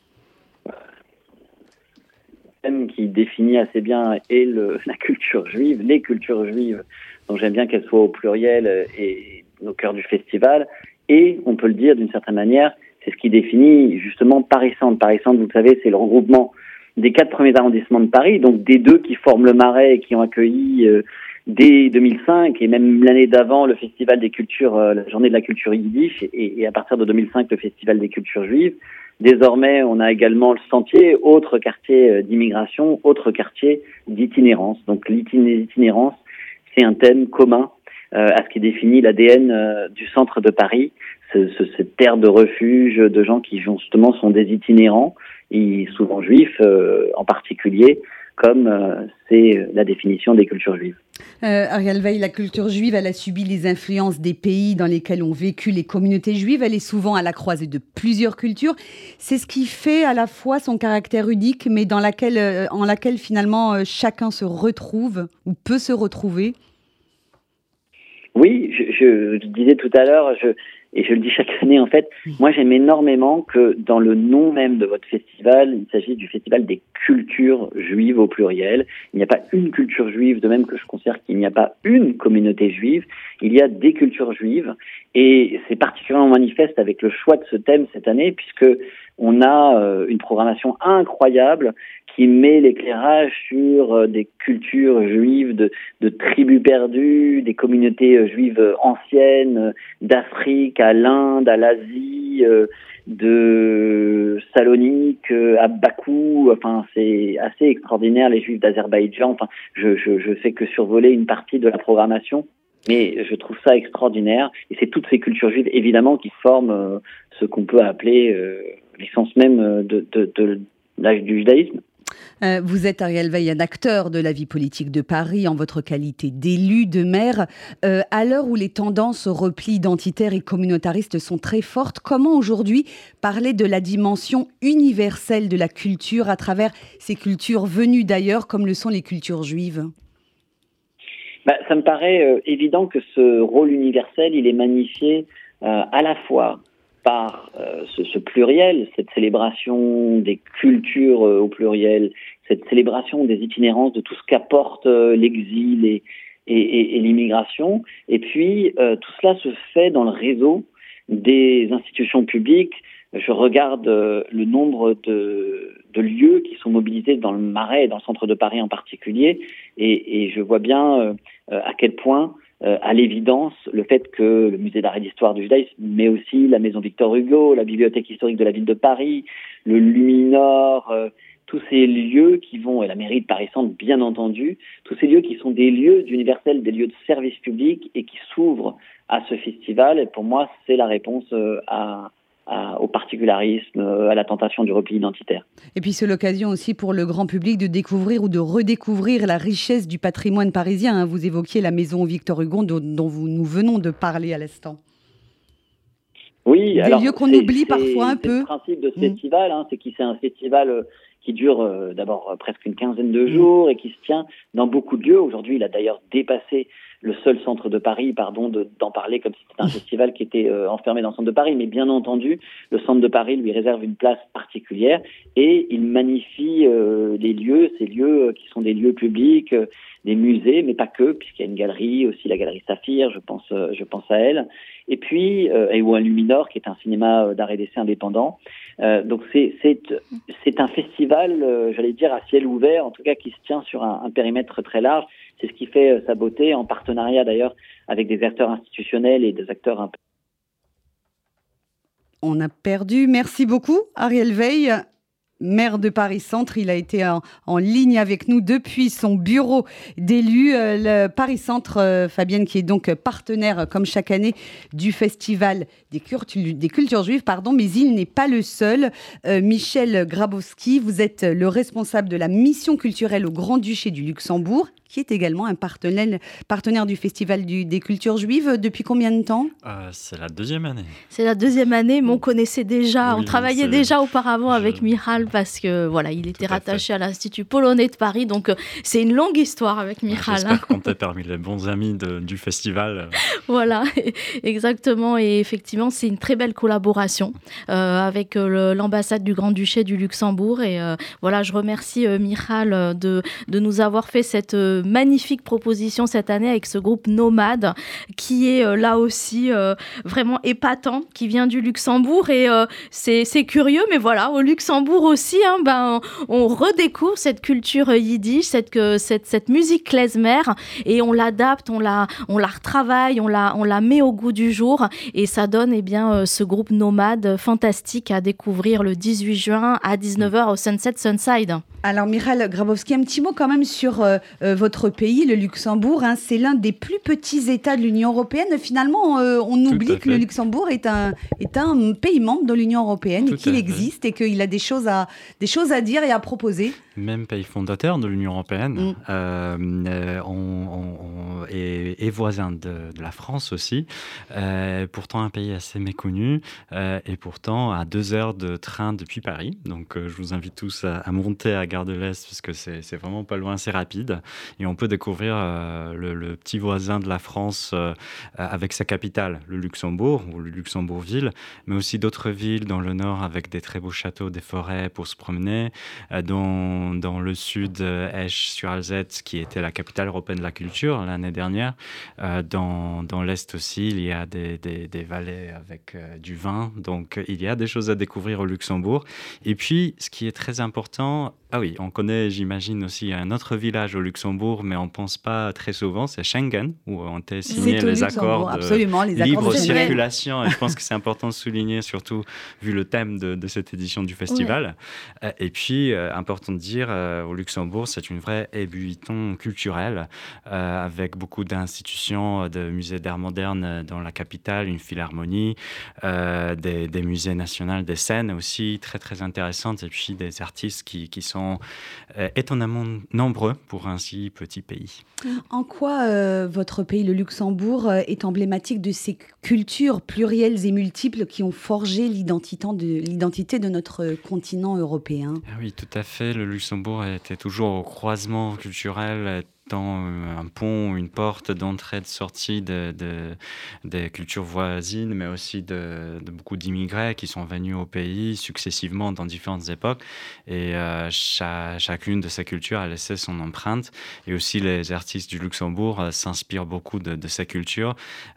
Thème qui définit assez bien et le, la culture juive, les cultures juives, donc j'aime bien qu'elles soient au pluriel et au cœur du festival. Et, on peut le dire d'une certaine manière, c'est ce qui définit justement Paris-Centre. Paris-Centre, vous le savez, c'est le regroupement des quatre premiers arrondissements de Paris, donc des deux qui forment le Marais et qui ont accueilli euh, dès deux mille cinq et même l'année d'avant le Festival des cultures, euh, la journée de la culture yiddish et, et à partir de deux mille cinq le Festival des cultures juives. Désormais, on a également le Sentier, autre quartier d'immigration, autre quartier d'itinérance. Donc l'itinérance, c'est un thème commun Euh, à ce qui définit l'A D N euh, du centre de Paris, ce, ce, cette terre de refuge de gens qui justement sont des itinérants, et souvent juifs euh, en particulier, comme euh, c'est la définition des cultures juives. Euh, Ariel Veil, la culture juive, elle a subi les influences des pays dans lesquels ont vécu les communautés juives. Elle est souvent à la croisée de plusieurs cultures. C'est ce qui fait à la fois son caractère unique, mais dans laquelle, euh, en laquelle finalement euh, chacun se retrouve ou peut se retrouver. Oui, je, je, je disais tout à l'heure, je, et je le dis chaque année en fait, moi j'aime énormément que dans le nom même de votre festival, il s'agit du festival des cultures juives au pluriel. Il n'y a pas une culture juive, de même que je considère qu'il n'y a pas une communauté juive, il y a des cultures juives, et c'est particulièrement manifeste avec le choix de ce thème cette année, puisque on a euh, une programmation incroyable qui met l'éclairage sur euh, des cultures juives, de, de tribus perdues, des communautés euh, juives anciennes, euh, d'Afrique à l'Inde, à l'Asie, euh, de Salonique euh, à Bakou. Enfin, c'est assez extraordinaire, les Juifs d'Azerbaïdjan. Enfin, je, je, je fais que survoler une partie de la programmation, mais je trouve ça extraordinaire. Et c'est toutes ces cultures juives, évidemment, qui forment euh, ce qu'on peut appeler euh, l'essence même de, de, de, de, du judaïsme. Euh, vous êtes, Ariel Veil, un acteur de la vie politique de Paris en votre qualité d'élu, de maire. Euh, à l'heure où les tendances au repli identitaire et communautariste sont très fortes, comment aujourd'hui parler de la dimension universelle de la culture à travers ces cultures venues d'ailleurs, comme le sont les cultures juives ? Bah, ça me paraît euh, évident que ce rôle universel, il est magnifié euh, à la fois par euh, ce, ce pluriel, cette célébration des cultures euh, au pluriel, cette célébration des itinérances, de tout ce qu'apporte euh, l'exil et, et, et, et l'immigration. Et puis, euh, tout cela se fait dans le réseau des institutions publiques. Je regarde euh, le nombre de, de lieux qui sont mobilisés dans le Marais et dans le centre de Paris en particulier, et, et je vois bien euh, à quel point Euh, à l'évidence, le fait que le musée d'art et d'histoire du judaïsme, mais aussi la maison Victor Hugo, la bibliothèque historique de la ville de Paris, le Luminor, euh, tous ces lieux qui vont, et la mairie de Paris-Centre bien entendu, tous ces lieux qui sont des lieux d'universel, des lieux de service public et qui s'ouvrent à ce festival. Et pour moi, c'est la réponse euh, à... À, au particularisme, à la tentation du repli identitaire. Et puis c'est l'occasion aussi pour le grand public de découvrir ou de redécouvrir la richesse du patrimoine parisien. Hein. Vous évoquiez la maison Victor Hugo dont, dont vous, nous venons de parler à l'instant. Oui, des alors, lieux qu'on c'est, oublie c'est, parfois un c'est peu. Le principe de ce mmh. festival, hein, c'est que c'est un festival euh, qui dure euh, d'abord euh, presque une quinzaine de jours mmh. et qui se tient dans beaucoup de lieux. Aujourd'hui, il a d'ailleurs dépassé le seul centre de Paris, pardon, de, d'en parler comme si c'était un festival qui était euh, enfermé dans le centre de Paris. Mais bien entendu, le centre de Paris lui réserve une place particulière et il magnifie euh, les lieux, ces lieux euh, qui sont des lieux publics, euh, des musées, mais pas que, puisqu'il y a une galerie, aussi la galerie Saphir, je pense, euh, je pense à elle. Et puis, euh, et ou un Luminor, qui est un cinéma d'art et d'essai indépendant. Euh, donc c'est, c'est, c'est un festival, euh, j'allais dire, à ciel ouvert, en tout cas qui se tient sur un, un périmètre très large. C'est ce qui fait euh, sa beauté, en partenariat d'ailleurs avec des acteurs institutionnels et des acteurs un peu... On a perdu. Merci beaucoup, Ariel Veil. maire de Paris-Centre. Il a été en, en ligne avec nous depuis son bureau d'élu. Euh, le Paris-Centre, euh, Fabienne, qui est donc partenaire, comme chaque année, du Festival des, cultu- des cultures juives, pardon, mais il n'est pas le seul. Euh, Michel Grabowski, vous êtes le responsable de la mission culturelle au Grand-Duché du Luxembourg, qui est également un partenaire, partenaire du Festival du, des cultures juives. Depuis combien de temps ? euh, C'est la deuxième année. C'est la deuxième année, mais on connaissait déjà, oui, on travaillait c'est... déjà auparavant Je... avec Michal parce que voilà, il était Tout à rattaché fait. à l'Institut polonais de Paris, donc euh, c'est une longue histoire avec Michal. J'espère hein. qu'on est parmi les bons amis de, du festival. Voilà, exactement, et effectivement, c'est une très belle collaboration euh, avec euh, le, l'ambassade du Grand-Duché du Luxembourg, et euh, voilà, je remercie euh, Michal de, de nous avoir fait cette euh, magnifique proposition proposition cette année avec ce groupe Nomade qui est euh, là aussi euh, vraiment épatant, qui vient du Luxembourg et euh, c'est, c'est curieux, mais voilà, au Luxembourg aussi, hein, ben, on, on redécouvre cette culture yiddish, cette, que, cette, cette musique klezmer et on l'adapte, on la, on la retravaille, on la, on la met au goût du jour et ça donne eh bien, euh, ce groupe Nomade fantastique à découvrir le dix-huit juin à dix-neuf heures au Sunset Sunside. Alors Michal Grabowski, un petit mot quand même sur euh, euh, votre pays, le Luxembourg. Hein, c'est l'un des plus petits États de l'Union européenne. Finalement, euh, on oublie que le Luxembourg est un, est un pays membre de l'Union européenne Tout et qu'il existe et qu'il a des choses, à, des choses à dire et à proposer. Même pays fondateur de l'Union européenne, mmh. euh, euh, on, on, on est, est voisin de, de la France aussi. Euh, pourtant un pays assez méconnu euh, et pourtant à deux heures de train depuis Paris. Donc euh, je vous invite tous à, à monter à Gare de l'Est parce que c'est, c'est vraiment pas loin, c'est rapide. Et on peut découvrir euh, le, le petit voisin de la France euh, avec sa capitale, le Luxembourg ou le Luxembourgville, mais aussi d'autres villes dans le nord avec des très beaux châteaux, des forêts pour se promener, euh, dans dans le sud, Esch-sur-Alzette, qui était la capitale européenne de la culture l'année dernière. Euh, dans, dans l'est aussi, il y a des, des, des vallées avec euh, du vin. Donc, il y a des choses à découvrir au Luxembourg. Et puis, ce qui est très important... Ah oui, on connaît, j'imagine, aussi un autre village au Luxembourg, mais on ne pense pas très souvent, c'est Schengen, où ont été signés les accords de Absolument, les libre accords de circulation. Et je pense que c'est important de souligner, surtout vu le thème de, de cette édition du festival. Ouais. Et puis, euh, important de dire, euh, au Luxembourg, c'est une vraie ébullition culturelle, euh, avec beaucoup d'institutions, de musées d'art moderne dans la capitale, une philharmonie, euh, des, des musées nationaux, des scènes aussi très, très intéressantes, et puis des artistes qui, qui sont Euh, étonnamment nombreux pour un si petit pays. En quoi euh, votre pays, le Luxembourg, euh, est emblématique de ces cultures plurielles et multiples qui ont forgé l'identité de, l'identité de notre continent européen ? Ah oui, tout à fait. Le Luxembourg était toujours au croisement culturel, étant un pont, une porte d'entrée et de sortie de, de, des cultures voisines, mais aussi de, de beaucoup d'immigrés qui sont venus au pays successivement dans différentes époques. Et euh, cha, chacune de ces cultures a laissé son empreinte. Et aussi, les artistes du Luxembourg euh, s'inspirent beaucoup de, de ces cultures,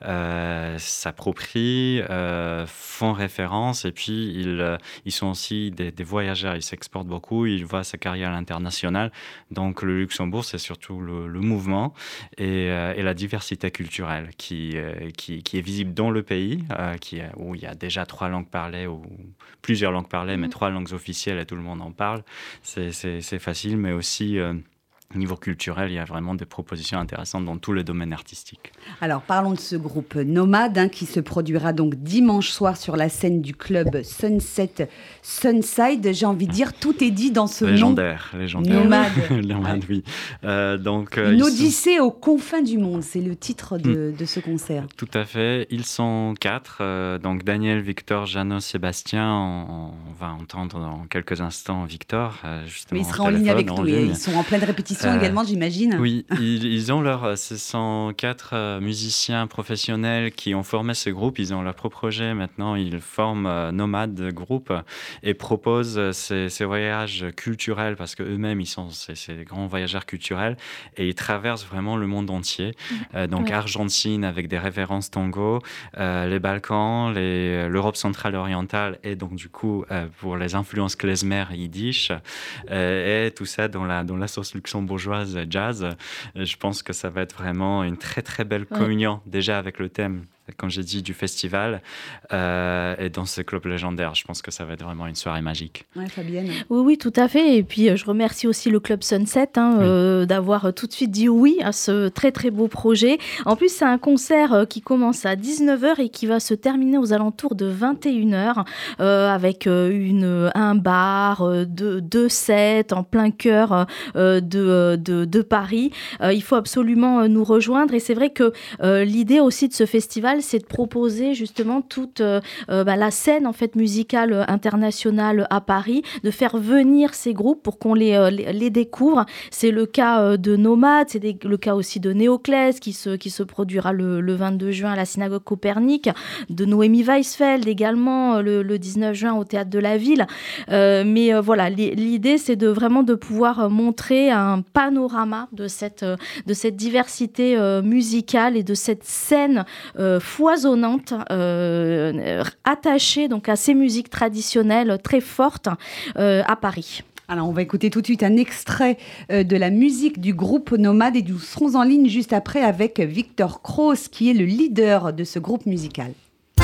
euh, s'approprient, euh, font référence. Et puis, ils, euh, ils sont aussi des, des voyageurs. Ils s'exportent beaucoup. Ils voient sa carrière à l'international. Donc, le Luxembourg, c'est surtout le le mouvement et, euh, et la diversité culturelle qui, euh, qui, qui est visible dans le pays, euh, qui, où il y a déjà trois langues parlées, ou plusieurs langues parlées, mmh. mais trois langues officielles et tout le monde en parle. C'est, c'est, c'est facile, mais aussi... Euh, niveau culturel, il y a vraiment des propositions intéressantes dans tous les domaines artistiques. Alors, parlons de ce groupe Nomade hein, qui se produira donc dimanche soir sur la scène du club Sunset Sunside. J'ai envie de dire, tout est dit dans ce légendaire, nom. Légendaire, Nomade. Nomade, oui. Euh, donc, euh, Une odyssée sont... aux confins du monde, c'est le titre de, mmh. de ce concert. Tout à fait. Ils sont quatre. Euh, donc, Daniel, Victor, Jeannot, Sébastien. On, on va entendre dans quelques instants Victor. Euh, justement, Mais il sera en ligne avec nous. Ils sont en pleine répétition. Euh, également, j'imagine. Oui, ils, ils ont leur, ce sont quatre euh, musiciens professionnels qui ont formé ce groupe. Ils ont leur propre projet. Maintenant, ils forment euh, Nomade Group et proposent euh, ces, ces voyages culturels parce qu'eux-mêmes, ils sont ces, ces grands voyageurs culturels et ils traversent vraiment le monde entier. Euh, donc, ouais. Argentine avec des références tango, euh, les Balkans, les, l'Europe centrale et orientale et donc, du coup, euh, pour les influences klezmer yiddish euh, et tout ça dans la, dans la sauce luxembourgeoise bourgeoise jazz. Je pense que ça va être vraiment une très très belle communion, ouais. déjà avec le thème comme j'ai dit, du festival euh, et dans ce club légendaire. Je pense que ça va être vraiment une soirée magique. Ouais, Fabienne. Oui, oui, tout à fait. Et puis, je remercie aussi le Club Sunset hein, oui. euh, d'avoir tout de suite dit oui à ce très, très beau projet. En plus, c'est un concert qui commence à dix-neuf heures et qui va se terminer aux alentours de vingt et une heures euh, avec une, un bar, deux, deux sets en plein cœur euh, de, de, de Paris. Euh, il faut absolument nous rejoindre. Et c'est vrai que euh, l'idée aussi de ce festival, c'est de proposer justement toute euh, bah, la scène en fait musicale internationale à Paris, de faire venir ces groupes pour qu'on les, euh, les, les découvre. C'est le cas euh, de Nomade, c'est des, le cas aussi de Néoclès qui se, qui se produira le, le vingt-deux juin à la Synagogue Copernic, de Noémie Weisfeld également le, le dix-neuf juin au Théâtre de la Ville. Euh, mais euh, voilà, l'idée c'est de vraiment de pouvoir montrer un panorama de cette, de cette diversité euh, musicale et de cette scène euh, foisonnante, euh, attachée donc à ces musiques traditionnelles très fortes euh, à Paris. Alors, on va écouter tout de suite un extrait euh, de la musique du groupe Nomade et nous serons en ligne juste après avec Victor Cross, qui est le leader de ce groupe musical.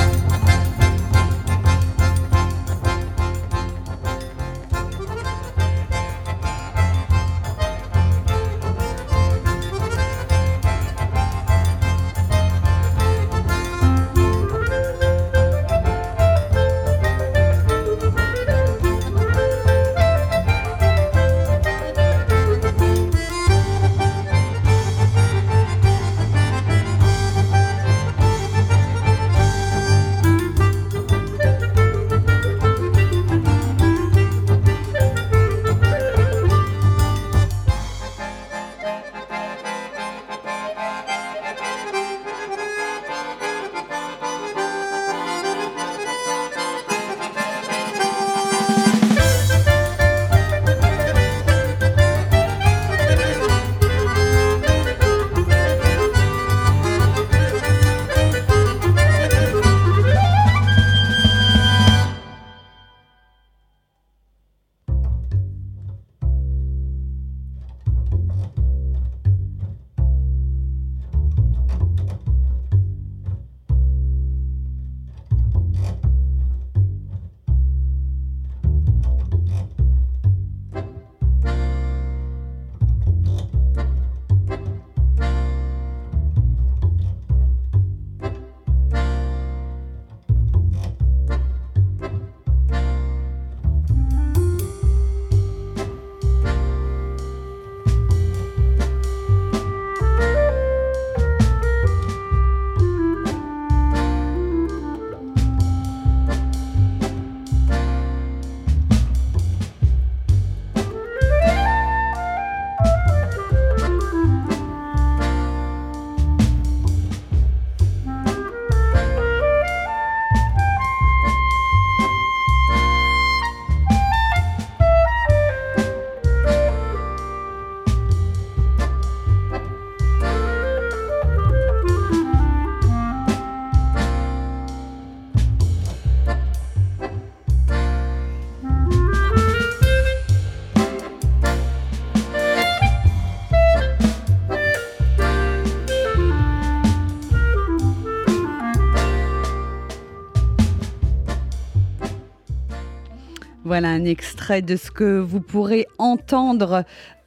Voilà un extrait de ce que vous pourrez entendre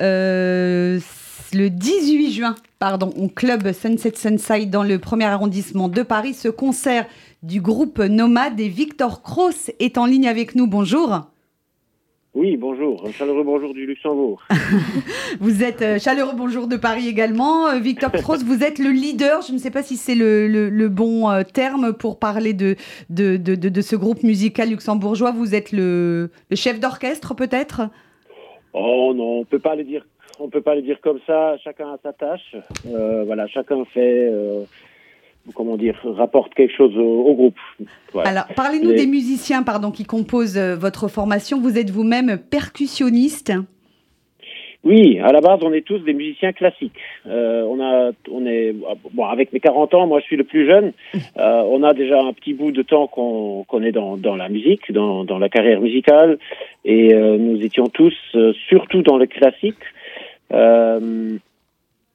euh, le dix-huit juin pardon, au club Sunset Sunside dans le premier arrondissement de Paris. Ce concert du groupe Nomade et Victor Cross est en ligne avec nous. Bonjour. Oui, bonjour. Un chaleureux bonjour du Luxembourg. Vous êtes euh, chaleureux bonjour de Paris également. Euh, Victor Cross, vous êtes le leader, je ne sais pas si c'est le, le, le bon euh, terme pour parler de, de, de, de, de ce groupe musical luxembourgeois. Vous êtes le, le chef d'orchestre peut-être ? Oh non, on peut pas le dire. On peut pas le dire comme ça. Chacun a sa tâche. Euh, voilà, chacun fait... Euh... comment dire, rapporte quelque chose au, au groupe. Voilà. Alors, parlez-nous Les... des musiciens pardon, qui composent euh, votre formation. Vous êtes vous-même percussionniste ? Oui, à la base, on est tous des musiciens classiques. Euh, on a, on est, bon, avec mes quarante ans, moi, je suis le plus jeune. Euh, on a déjà un petit bout de temps qu'on, qu'on est dans, dans la musique, dans, dans la carrière musicale, et euh, nous étions tous, euh, surtout dans le classique. Euh,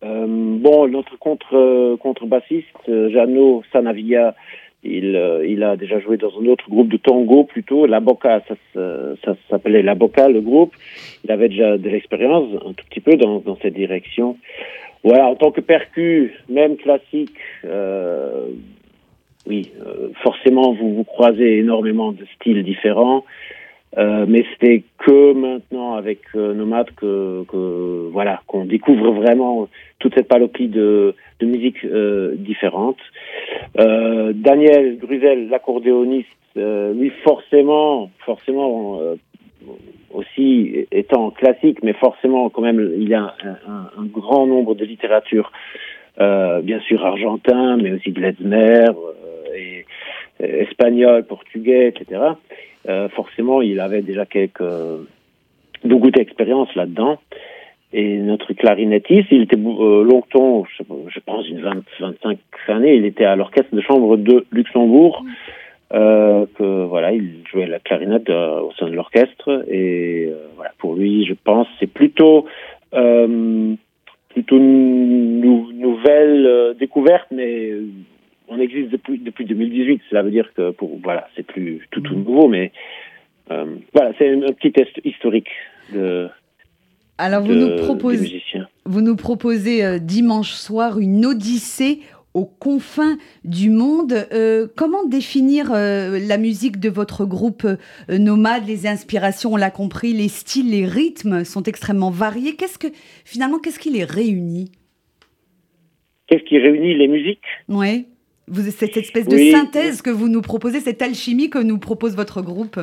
Euh, bon, notre contre, contrebassiste, Jano Sanavia, il, euh, il a déjà joué dans un autre groupe de tango plutôt, La Boca, ça, ça, ça s'appelait La Boca, le groupe. Il avait déjà de l'expérience, un tout petit peu dans, dans cette direction. Voilà, en tant que percu, même classique, euh, oui, euh, forcément, vous vous croisez énormément de styles différents. Euh, mais c'était que maintenant avec euh, Nomade que, que voilà qu'on découvre vraiment toute cette panoplie de, de musique euh, différentes. Euh, Daniel Gruzel, l'accordéoniste, euh, lui forcément, forcément euh, aussi étant classique, mais forcément quand même il y a un, un, un grand nombre de littératures, euh, bien sûr argentin, mais aussi Glazmer, euh, et, et espagnol, portugais, et cetera. Euh, forcément, il avait déjà quelques beaucoup d'expérience là-dedans. Et notre clarinettiste, il était euh, longtemps, je, je pense une vingt, vingt-cinq années, il était à l'orchestre de chambre de Luxembourg. Euh, que voilà, il jouait la clarinette euh, au sein de l'orchestre. Et euh, voilà, pour lui, je pense, c'est plutôt euh, plutôt une nou- nouvelle euh, découverte, mais euh, on existe depuis depuis deux mille dix-huit. Cela veut dire que pour voilà, c'est plus tout tout nouveau, mais euh, voilà, c'est un, un petit test historique de. Alors vous de, nous proposez, vous nous proposez euh, dimanche soir une odyssée aux confins du monde. Euh, comment définir euh, la musique de votre groupe euh, Nomade? Les inspirations, on l'a compris, les styles, les rythmes sont extrêmement variés. Qu'est-ce que finalement, qu'est-ce qui les réunit? Qu'est-ce qui réunit les musiques? Oui. Vous, cette espèce de oui. synthèse que vous nous proposez, cette alchimie que nous propose votre groupe.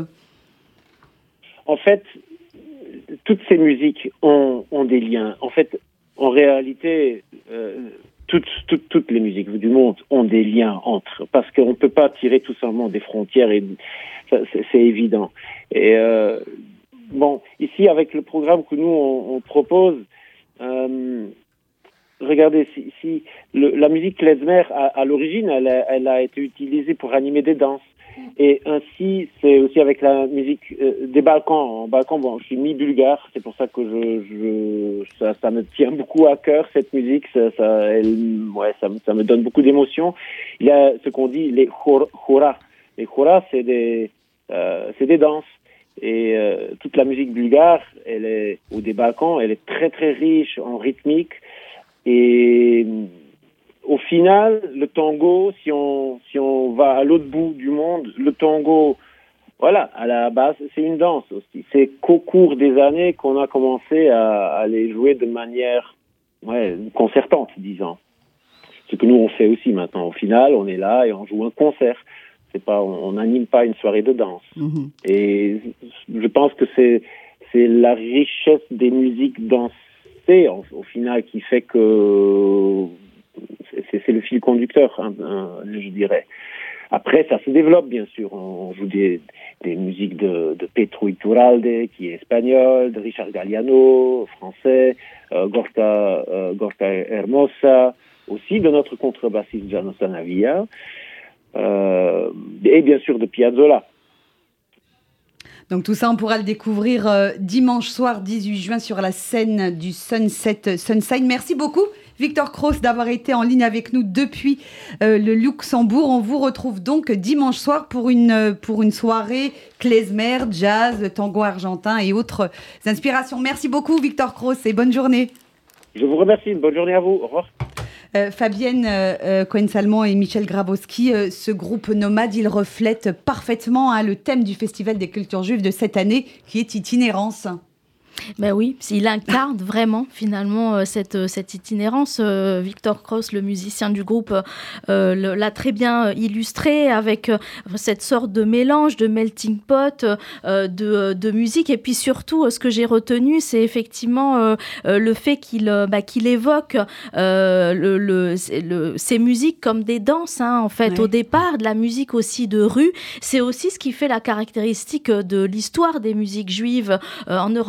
En fait, toutes ces musiques ont, ont des liens. En fait, en réalité, euh, toutes, toutes, toutes les musiques du monde ont des liens entre, parce qu'on ne peut pas tirer tout simplement des frontières, et ça, c'est, c'est évident. Et euh, bon, ici, avec le programme que nous, on, on propose, euh, regardez, si, si le, la musique klezmer, à, à l'origine, elle a, elle a été utilisée pour animer des danses. Et ainsi, c'est aussi avec la musique euh, des Balkans. En Balkans, bon, je suis mi-bulgare, c'est pour ça que je, je ça, ça me tient beaucoup à cœur, cette musique. Ça, ça, elle, ouais, ça, ça me donne beaucoup d'émotions. Il y a ce qu'on dit les khoras. Les khoras, c'est des, euh, c'est des danses. Et euh, toute la musique bulgare, elle est, ou des Balkans, elle est très très riche en rythmique. Et au final, le tango, si on si on va à l'autre bout du monde, le tango, voilà, à la base, c'est une danse aussi. C'est qu'au cours des années qu'on a commencé à, à les jouer de manière, ouais, concertante, disons. Ce que nous on fait aussi maintenant. Au final, on est là et on joue un concert. C'est pas, on n'anime pas une soirée de danse. Mmh. Et je pense que c'est c'est la richesse des musiques dansées au, au final qui fait que C'est, c'est le fil conducteur, hein, hein, je dirais. Après, ça se développe, bien sûr. On joue des, des musiques de, de Petru Iturralde, qui est espagnol, de Richard Galliano, français, euh, Gorka, euh, Gorka Hermosa, aussi de notre contrebassiste Jano Sanavia, euh, et bien sûr de Piazzolla. Donc tout ça, on pourra le découvrir euh, dimanche soir, dix-huit juin, sur la scène du Sunset Sunside. Merci beaucoup, Victor Cross, d'avoir été en ligne avec nous depuis euh, le Luxembourg. On vous retrouve donc dimanche soir pour une, pour une soirée klezmer, jazz, tango argentin et autres inspirations. Merci beaucoup, Victor Cross, et bonne journée. Je vous remercie. Bonne journée à vous. Au revoir. Euh, Fabienne euh, Cohen-Salmon et Michel Grabowski, euh, ce groupe Nomade, il reflète parfaitement hein, le thème du Festival des cultures juives de cette année, qui est itinérance. Ben oui, il incarne vraiment finalement euh, cette, cette itinérance. Euh, Victor Cross, le musicien du groupe, euh, le, l'a très bien illustré avec euh, cette sorte de mélange, de melting pot, euh, de, de musique. Et puis surtout, euh, ce que j'ai retenu, c'est effectivement euh, euh, le fait qu'il, euh, bah, qu'il évoque euh, le, le, le, ces musiques comme des danses. Hein, en fait, ouais. Au départ, de la musique aussi de rue. C'est aussi ce qui fait la caractéristique de l'histoire des musiques juives euh, en Europe de l'Est.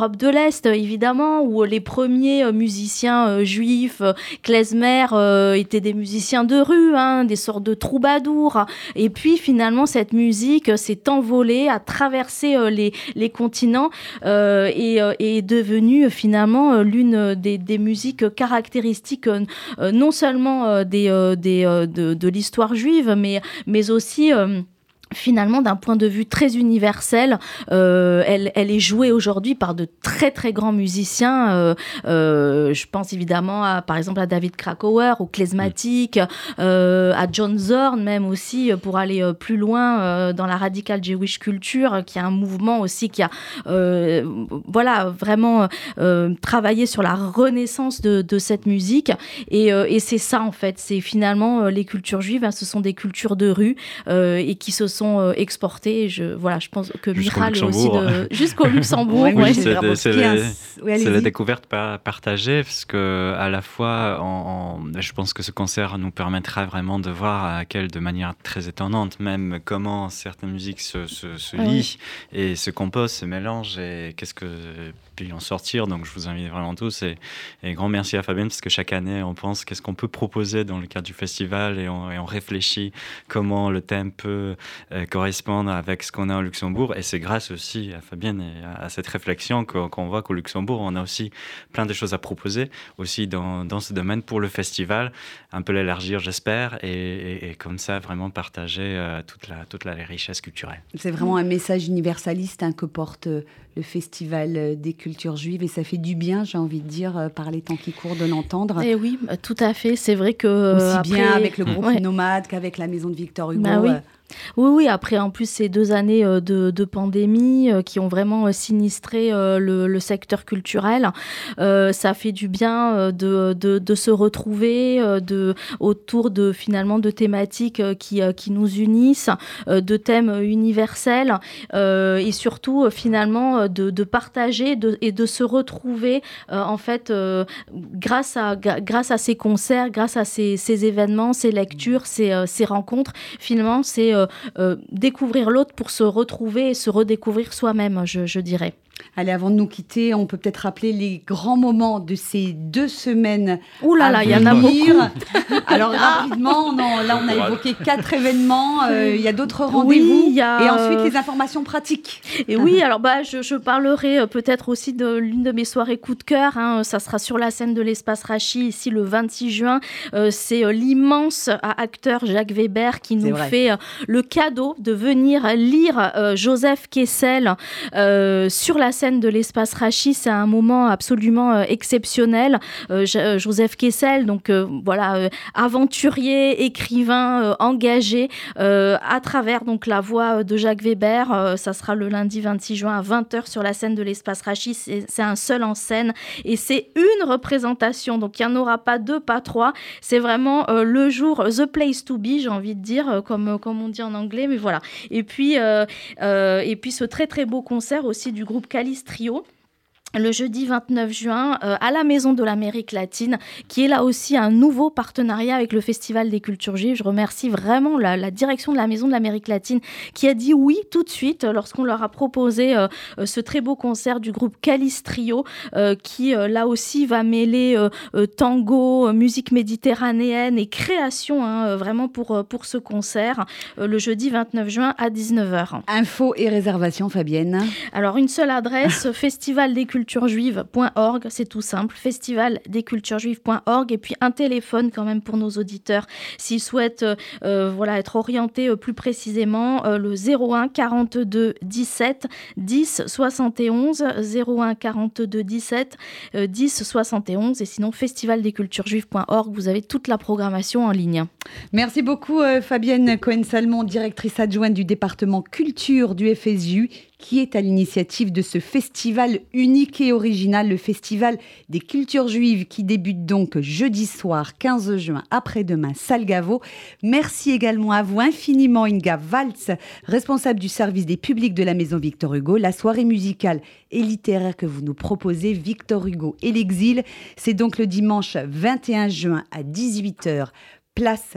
l'Est, évidemment, où les premiers musiciens euh, juifs, euh, klezmer, euh, étaient des musiciens de rue, hein, des sortes de troubadours. Et puis, finalement, cette musique s'est envolée, a traversé euh, les, les continents euh, et euh, est devenue, finalement, l'une des, des musiques caractéristiques, euh, non seulement euh, des, euh, des, euh, de, de l'histoire juive, mais, mais aussi... Euh, finalement, d'un point de vue très universel, euh, elle, elle est jouée aujourd'hui par de très très grands musiciens. Euh, euh, je pense évidemment à, par exemple, à David Krakauer, au Klezmatik, euh, à John Zorn même aussi, pour aller euh, plus loin euh, dans la radical Jewish culture, qui est un mouvement aussi qui a, euh, voilà, vraiment euh, travaillé sur la renaissance de, de cette musique. Et, euh, et c'est ça en fait, c'est finalement euh, les cultures juives, hein, ce sont des cultures de rue euh, et qui se sont euh, exportés. Je, voilà, je pense que Michal est aussi de... Jusqu'au Luxembourg. Oui, ouais. c'est, c'est, c'est, les, oui, c'est la découverte partagée, parce que à la fois, en, en, je pense que ce concert nous permettra vraiment de voir à quelle, de manière très étonnante, même comment certaines musiques se, se, se lient oui. et se composent, se mélangent, et qu'est-ce que puis en sortir. Donc je vous invite vraiment tous, et, et grand merci à Fabienne, parce que chaque année on pense qu'est-ce qu'on peut proposer dans le cadre du festival, et on, et on réfléchit comment le thème peut euh, correspondre avec ce qu'on a au Luxembourg, et c'est grâce aussi à Fabienne et à, à cette réflexion qu'on, qu'on voit qu'au Luxembourg on a aussi plein de choses à proposer aussi dans, dans ce domaine pour le festival, un peu l'élargir j'espère, et, et, et comme ça vraiment partager euh, toute la, toute la richesse culturelle. C'est vraiment un message universaliste hein, que porte le Festival des cultures juives, et ça fait du bien, j'ai envie de dire, par les temps qui courent, de l'entendre. Et oui, tout à fait, c'est vrai que... Aussi après... bien avec le groupe ouais. Nomade qu'avec la maison de Victor Hugo. Bah oui. Oui, oui, après, en plus, ces deux années euh, de, de pandémie euh, qui ont vraiment euh, sinistré euh, le, le secteur culturel, euh, ça fait du bien euh, de, de, de se retrouver euh, de, autour de, finalement, de thématiques euh, qui, euh, qui nous unissent, euh, de thèmes universels, euh, et surtout, euh, finalement, de, de partager de, et de se retrouver, euh, en fait, euh, grâce, à, g- grâce à ces concerts, grâce à ces, ces événements, ces lectures, ces, euh, ces rencontres. Finalement, c'est Euh, euh, découvrir l'autre pour se retrouver et se redécouvrir soi-même, je, je dirais. Allez, avant de nous quitter, on peut peut-être rappeler les grands moments de ces deux semaines. Ouh là là, il y en a beaucoup. Alors rapidement, non, là on a évoqué quatre événements. Il euh, y a d'autres rendez-vous. Oui, y a... Et ensuite les informations pratiques. Et oui, alors bah je, je parlerai euh, peut-être aussi de l'une de mes soirées coup de cœur. Hein, ça sera sur la scène de l'Espace Rachi ici le vingt-six juin. Euh, c'est euh, l'immense acteur Jacques Weber qui nous fait euh, le cadeau de venir lire euh, Joseph Kessel euh, sur la scène de l'Espace Rachi. C'est un moment absolument euh, exceptionnel. Euh, J- Joseph Kessel, donc euh, voilà, euh, aventurier, écrivain euh, engagé euh, à travers donc la voix de Jacques Weber. Euh, ça sera le lundi vingt-six juin à vingt heures sur la scène de l'Espace Rachi. C'est, c'est un seul en scène et c'est une représentation. Donc il n'y en aura pas deux, pas trois. C'est vraiment euh, le jour, the place to be, j'ai envie de dire, euh, comme, comme on dit en anglais. Mais voilà. Et puis, euh, euh, et puis ce très très beau concert aussi du groupe Calice Trio, le jeudi vingt-neuf juin, euh, à la Maison de l'Amérique latine, qui est là aussi un nouveau partenariat avec le Festival des cultures juives. Je remercie vraiment la, la direction de la Maison de l'Amérique latine qui a dit oui tout de suite lorsqu'on leur a proposé euh, ce très beau concert du groupe Calice Trio, euh, qui euh, là aussi va mêler euh, euh, tango, euh, musique méditerranéenne et création, hein, vraiment pour, pour ce concert, euh, le jeudi vingt-neuf juin à dix-neuf heures. Infos et réservations, Fabienne. Alors, une seule adresse, festival des cultures juives point org, c'est tout simple, festival des cultures juives point org, et puis un téléphone quand même pour nos auditeurs s'ils souhaitent euh, voilà, être orientés euh, plus précisément, euh, le zéro un quarante-deux dix-sept dix soixante et onze, zéro un quarante-deux dix-sept euh, dix soixante et onze, et sinon festival des cultures juives point org, vous avez toute la programmation en ligne. Merci beaucoup euh, Fabienne Cohen-Salmon, directrice adjointe du département culture du F S J U, qui est à l'initiative de ce festival unique et original, le Festival des cultures juives, qui débute donc jeudi soir, quinze juin, après-demain, salle Gaveau. Merci également à vous infiniment, Inga Waltz, responsable du service des publics de la Maison Victor Hugo. La soirée musicale et littéraire que vous nous proposez, Victor Hugo et l'exil, c'est donc le dimanche vingt et un juin à dix-huit heures, place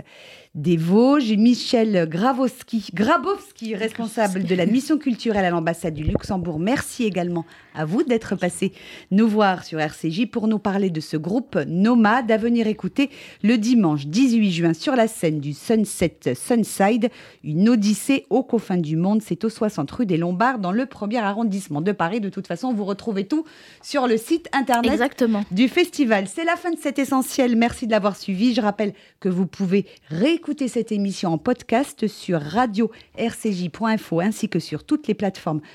des Vosges, Michel Grabowski, Grabowski, responsable de la mission culturelle à l'ambassade du Luxembourg. Merci également à vous d'être passé nous voir sur R C J pour nous parler de ce groupe nomade à venir écouter le dimanche dix-huit juin sur la scène du Sunset Sunside, une odyssée aux confins du monde. C'est au soixante rue des Lombards dans le premier arrondissement de Paris. De toute façon, vous retrouvez tout sur le site internet Exactement. du festival. C'est la fin de cet essentiel. Merci de l'avoir suivi. Je rappelle que vous pouvez réécouter cette émission en podcast sur radio r c j point info ainsi que sur toutes les plateformes